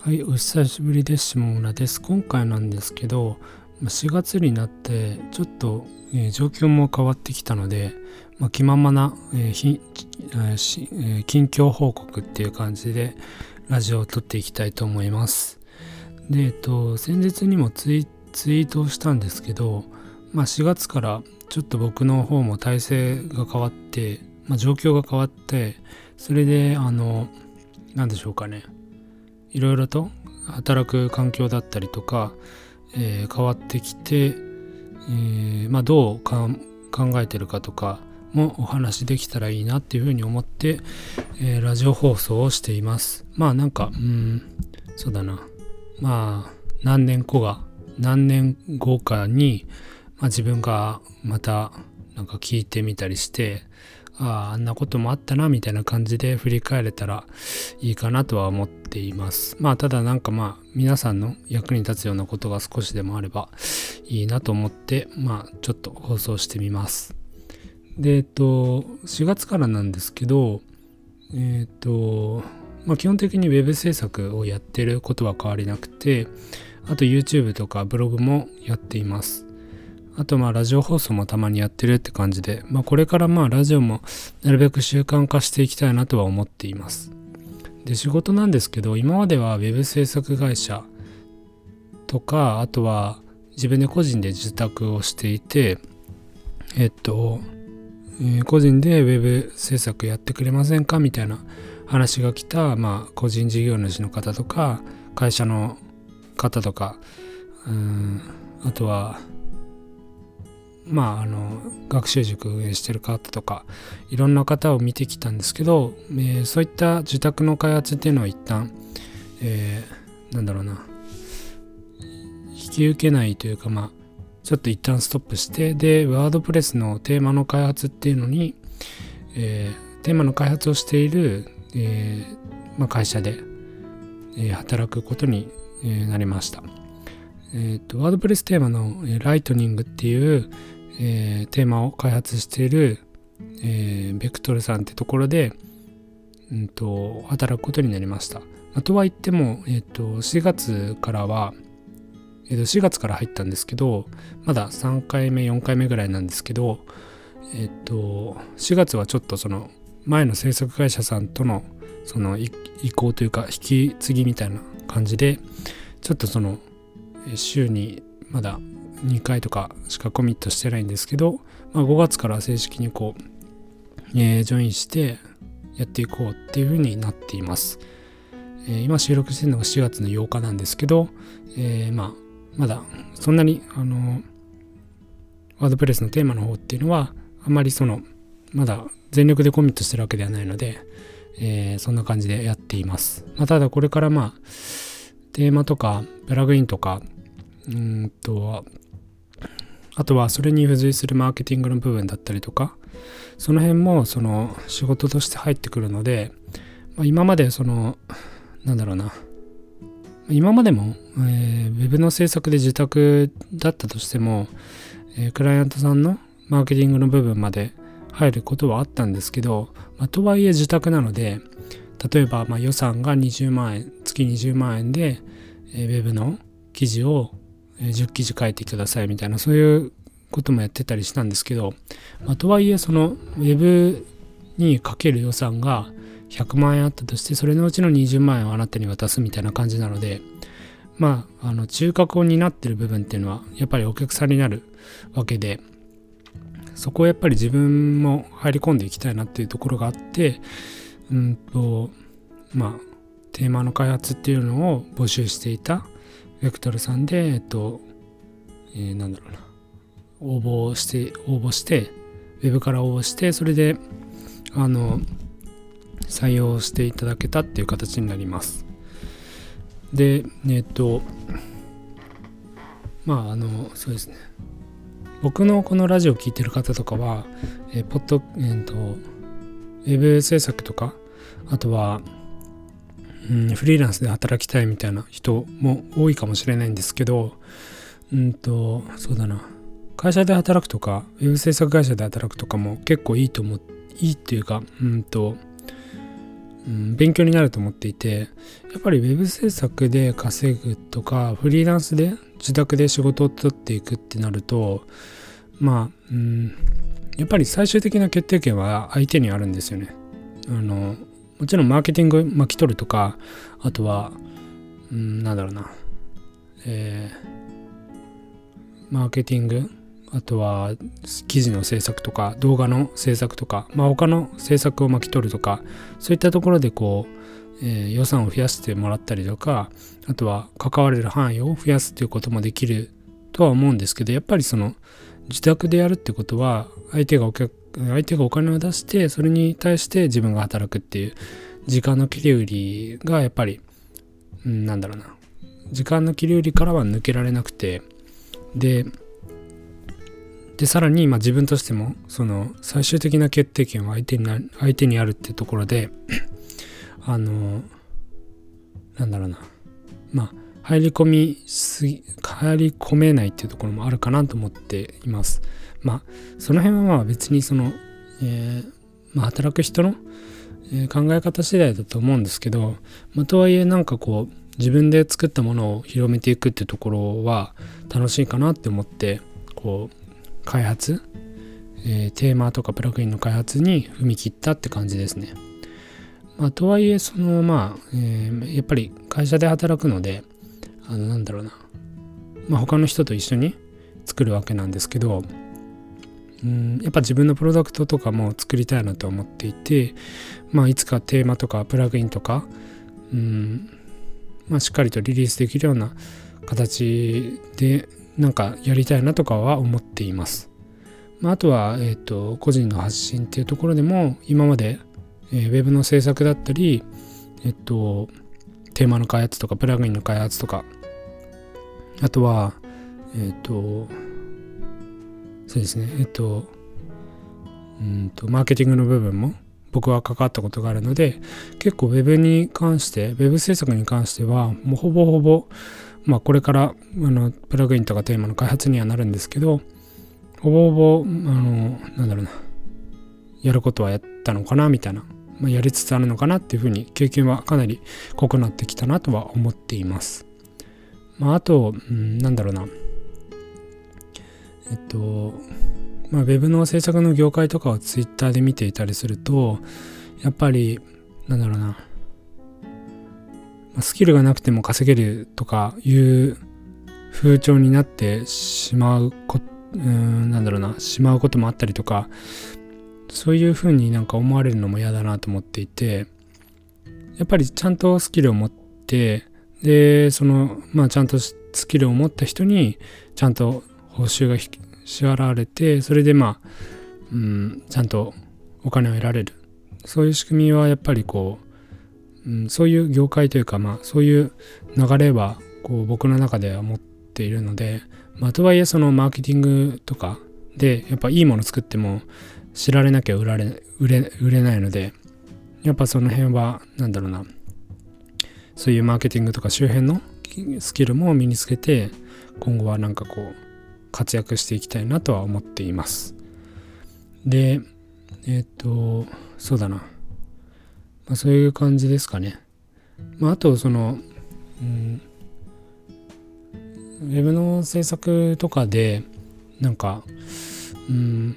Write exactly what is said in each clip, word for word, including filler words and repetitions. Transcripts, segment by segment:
はい、お久しぶりです。下村です。今回なんですけど、しがつになってちょっと、えー状況も変わってきたので、まあ、気ままな、えーひえーしえー近況報告っていう感じでラジオを撮っていきたいと思います。で、えっと、先日にもツイ、ツイートをしたんですけど、まあ、しがつからちょっと僕の方も体制が変わって、まあ、状況が変わって、それで、あの、なんでしょうかね。いろいろと働く環境だったりとか、えー変わってきて、えーまあ、どうか考えてるかとかもお話できたらいいなっていうふうに思って、えーラジオ放送をしています。まあなんかうんそうだなまあ何年後が何年後かに、まあ、自分がまたなんか聞いてみたりして、あああんなこともあったなみたいな感じで振り返れたらいいかなとは思っています。まあただなんかまあ皆さんの役に立つようなことが少しでもあればいいなと思って、まあちょっと放送してみます。でえっとしがつからなんですけど、えっとまあ基本的にウェブ制作をやってることは変わりなくて、あと YouTube とかブログもやっています。あとまあラジオ放送もたまにやってるって感じで、まあこれからまあラジオもなるべく習慣化していきたいなとは思っています。で、仕事なんですけど、今まではウェブ制作会社とか、あとは自分で個人で自宅をしていて、えっと、えー個人でウェブ制作やってくれませんかみたいな話が来た、まあ個人事業主の方とか、会社の方とか、うーん、あとは、まあ、あの学習塾運営してる方とかいろんな方を見てきたんですけど、えーそういった自宅の開発っていうのは一旦、えーなんだろうな引き受けないというか、まあちょっと一旦ストップして、でワードプレスのテーマの開発っていうのに、えーテーマの開発をしている、えーまあ、会社で、えー働くことに、えーなりました。えーとワードプレステーマの、えーライトニングっていうえーテーマを開発している、えーベクトルさんってところで、うんと働くことになりました。まあとは言っても、えーとしがつからは、えーとしがつから入ったんですけど、まださんかいめよんかいめぐらいなんですけど、えーとしがつはちょっとその前の制作会社さんとのその移移行というか引き継ぎみたいな感じで、ちょっとそのえー週にまだにかいとかしかコミットしてないんですけど、まあ、ごがつから正式にこう、えージョインしてやっていこうっていう風になっています。えー今収録してるのがしがつのようかなんですけど、えーまあまだそんなにあのワードプレスのテーマの方っていうのはあんまりそのまだ全力でコミットしてるわけではないので、えーそんな感じでやっています。まあ、ただこれからまあテーマとかプラグインとかうーんとあとはそれに付随するマーケティングの部分だったりとか、その辺もその仕事として入ってくるので、まあ、今までそのなんだろうな今までも、えー、ウェブの制作で自宅だったとしても、えークライアントさんのマーケティングの部分まで入ることはあったんですけど、まあ、とはいえ自宅なので、例えばまあ予算がにじゅうまんえん月にじゅうまんえんで、えーウェブの記事をじゅっきじ書いてくださいみたいな、そういうこともやってたりしたんですけど、まあ、とはいえそのウェブにかける予算がひゃくまんえんあったとして、それのうちのにじゅうまんえんをあなたに渡すみたいな感じなので、まああの中核を担ってる部分っていうのはやっぱりお客さんになるわけで、そこをやっぱり自分も入り込んでいきたいなっていうところがあって、うんとまあテーマの開発っていうのを募集していたベクトルさんで、えっと、えーなんだろうな、応募して、応募して、ウェブから応募して、それで、あの、採用していただけたっていう形になります。で、えっと、まあ、あの、そうですね。僕のこのラジオを聞いてる方とかは、えーポッド、えーと、ウェブ制作とか、あとは、うん、フリーランスで働きたいみたいな人も多いかもしれないんですけど、うんとそうだな会社で働くとかウェブ制作会社で働くとかも結構いいと思ういいっていうか、うんとうん、勉強になると思っていて、やっぱりウェブ制作で稼ぐとかフリーランスで自宅で仕事を取っていくってなると、まあ、うん、やっぱり最終的な決定権は相手にあるんですよね。あのもちろんマーケティング巻き取るとか、あとは、うん、なんだろうな、えー、マーケティング、あとは記事の制作とか動画の制作とか、まあ、他の制作を巻き取るとか、そういったところでこう、えー、予算を増やしてもらったりとか、あとは関われる範囲を増やすということもできるとは思うんですけど、やっぱりその自宅でやるってことは相手がお客相手がお金を出して、それに対して自分が働くっていう時間の切り売りがやっぱり、うん、なんだろうな、時間の切り売りからは抜けられなくて、ででさらに、まあ、自分としてもその最終的な決定権は相手にな相手にあるっていうところであのなんだろうな、まあ入り込みすぎ入り込めないっていうところもあるかなと思っています。まあその辺はまあ別にその、えーまあ、働く人の、えー、考え方次第だと思うんですけど、まあ、とはいえなんかこう自分で作ったものを広めていくっていうところは楽しいかなって思って、こう開発、えー、テーマとかプラグインの開発に踏み切ったって感じですね。まあ、とはいえそのまあ、えー、やっぱり会社で働くので、あのなんだろうな、まあ、他の人と一緒に作るわけなんですけど、うん、やっぱ自分のプロダクトとかも作りたいなと思っていて、まあ、いつかテーマとかプラグインとか、うんまあ、しっかりとリリースできるような形でなんかやりたいなとかは思っています。まあ、あとは、えーと、個人の発信っていうところでも今まで、えー、ウェブの制作だったり、えっと、テーマの開発とかプラグインの開発とか、あとは、えっと、そうですね、えっと、うんと、マーケティングの部分も僕は関わったことがあるので、結構ウェブに関して、ウェブ制作に関しては、もうほぼほぼ、まあこれからあのプラグインとかテーマの開発にはなるんですけど、ほぼほぼあのなんだろうな、やることはやったのかなみたいな、まあ、やりつつあるのかなっていうふうに経験はかなり濃くなってきたなとは思っています。まああと、うん、なんだろうな、えっとまあウェブの制作の業界とかをツイッターで見ていたりすると、やっぱりなんだろうな、スキルがなくても稼げるとかいう風潮になってしまうこ、うーん、なんだろうな、しまうこともあったりとか、そういう風になんか思われるのも嫌だなと思っていて、やっぱりちゃんとスキルを持って、で、その、まあちゃんとスキルを持った人にちゃんと報酬が支払われて、それでまあ、うん、ちゃんとお金を得られる。そういう仕組みはやっぱりこう、うん、そういう業界というか、まあそういう流れはこう僕の中では持っているので、まあとはいえそのマーケティングとかでやっぱいいもの作っても知られなきゃ売られ売れ売れないので、やっぱその辺はなんだろうな、そういうマーケティングとか周辺のスキルも身につけて、今後はなんかこう活躍していきたいなとは思っています。で、えっとそうだな。まあ、そういう感じですかね。まあ、あとその、うん、ウェブの制作とかでなんか、うん、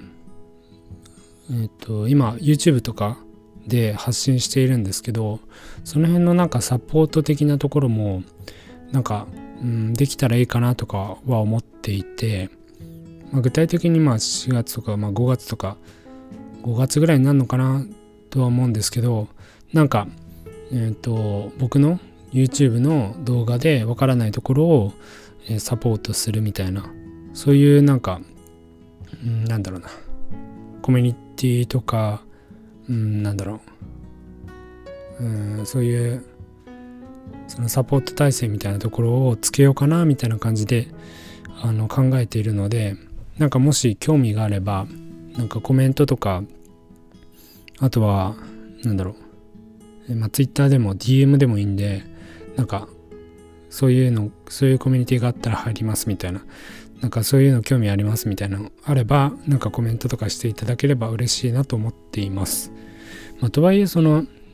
えっと今 YouTube とかで発信しているんですけど、その辺のなんかサポート的なところもなんか、うん、できたらいいかなとかは思っていて、まあ、具体的にまあしがつとか、まあ、ごがつとかごがつぐらいになるのかなとは思うんですけど、なんか、えーと、僕の YouTube の動画でわからないところを、えー、サポートするみたいな、そういうなんか、うん、なんだろうな、コミュニティとか、うん、なんだろう、うん、そういうそのサポート体制みたいなところをつけようかなみたいな感じであの考えているので、なんかもし興味があれば、なんかコメントとか、あとはなんだろう、まあ、Twitter でも ディーエム でもいいんで、なんかそういうのそういうコミュニティがあったら入りますみたいな、なんかそういうの興味ありますみたいなのあれば、なんかコメントとかしていただければ嬉しいなと思っています。まあ、とはいえその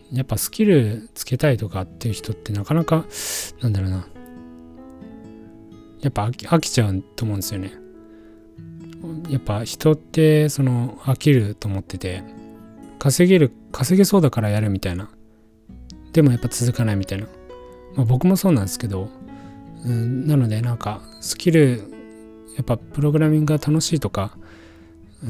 やっぱスキルつけたいとかっていう人ってなかなかなんだろうな、やっぱ飽き、飽きちゃうと思うんですよね。やっぱ人ってその飽きると思ってて、稼げる稼げそうだからやるみたいな、でもやっぱ続かないみたいな、まあ、僕もそうなんですけど、うん、なのでなんかスキルやっぱプログラミングが楽しいとか、うん、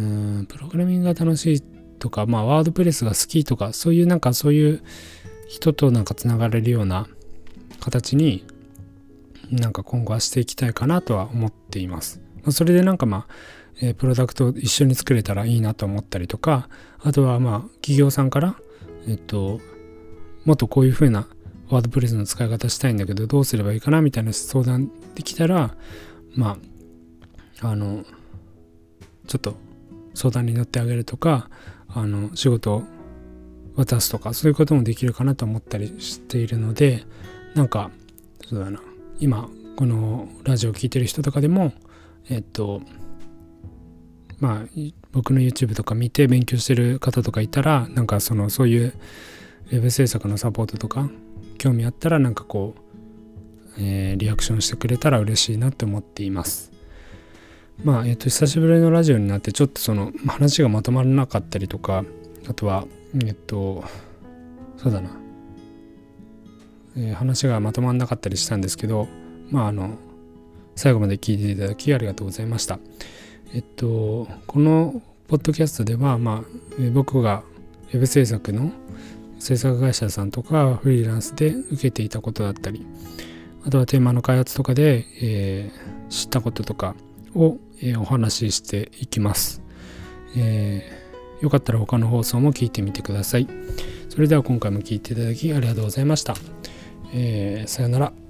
プログラミングが楽しいとか、まあワードプレスが好きとか、そういうなんかそういう人となんかつながれるような形になんか今後はしていきたいかなとは思っています。それでなんかまあ、えー、プロダクトを一緒に作れたらいいなと思ったりとか、あとはまあ企業さんからえっともっとこういう風なワードプレスの使い方したいんだけどどうすればいいかなみたいな相談できたら、まああのちょっと相談に乗ってあげるとか、あの仕事を渡すとか、そういうこともできるかなと思ったりしているので、なんかそうだな、今このラジオを聞いてる人とかでもえっとまあ僕の YouTube とか見て勉強してる方とかいたら、なんかそのそういうウェブ制作のサポートとか興味あったら、なんかこう、えー、リアクションしてくれたら嬉しいなって思っています。まあえっと久しぶりのラジオになってちょっとその話がまとまらなかったりとか、あとはえっとそうだな、えー、話がまとまらなかったりしたんですけど、まああの最後まで聞いていただきありがとうございました。えっとこのポッドキャストでは、まあ、えー、僕がウェブ制作の制作会社さんとかフリーランスで受けていたことだったり、あとはテーマの開発とかで、えー、知ったこととかを、えー、お話ししていきます。えー、よかったら他の放送も聞いてみてください。それでは今回も聞いていただきありがとうございました。えー、さよなら。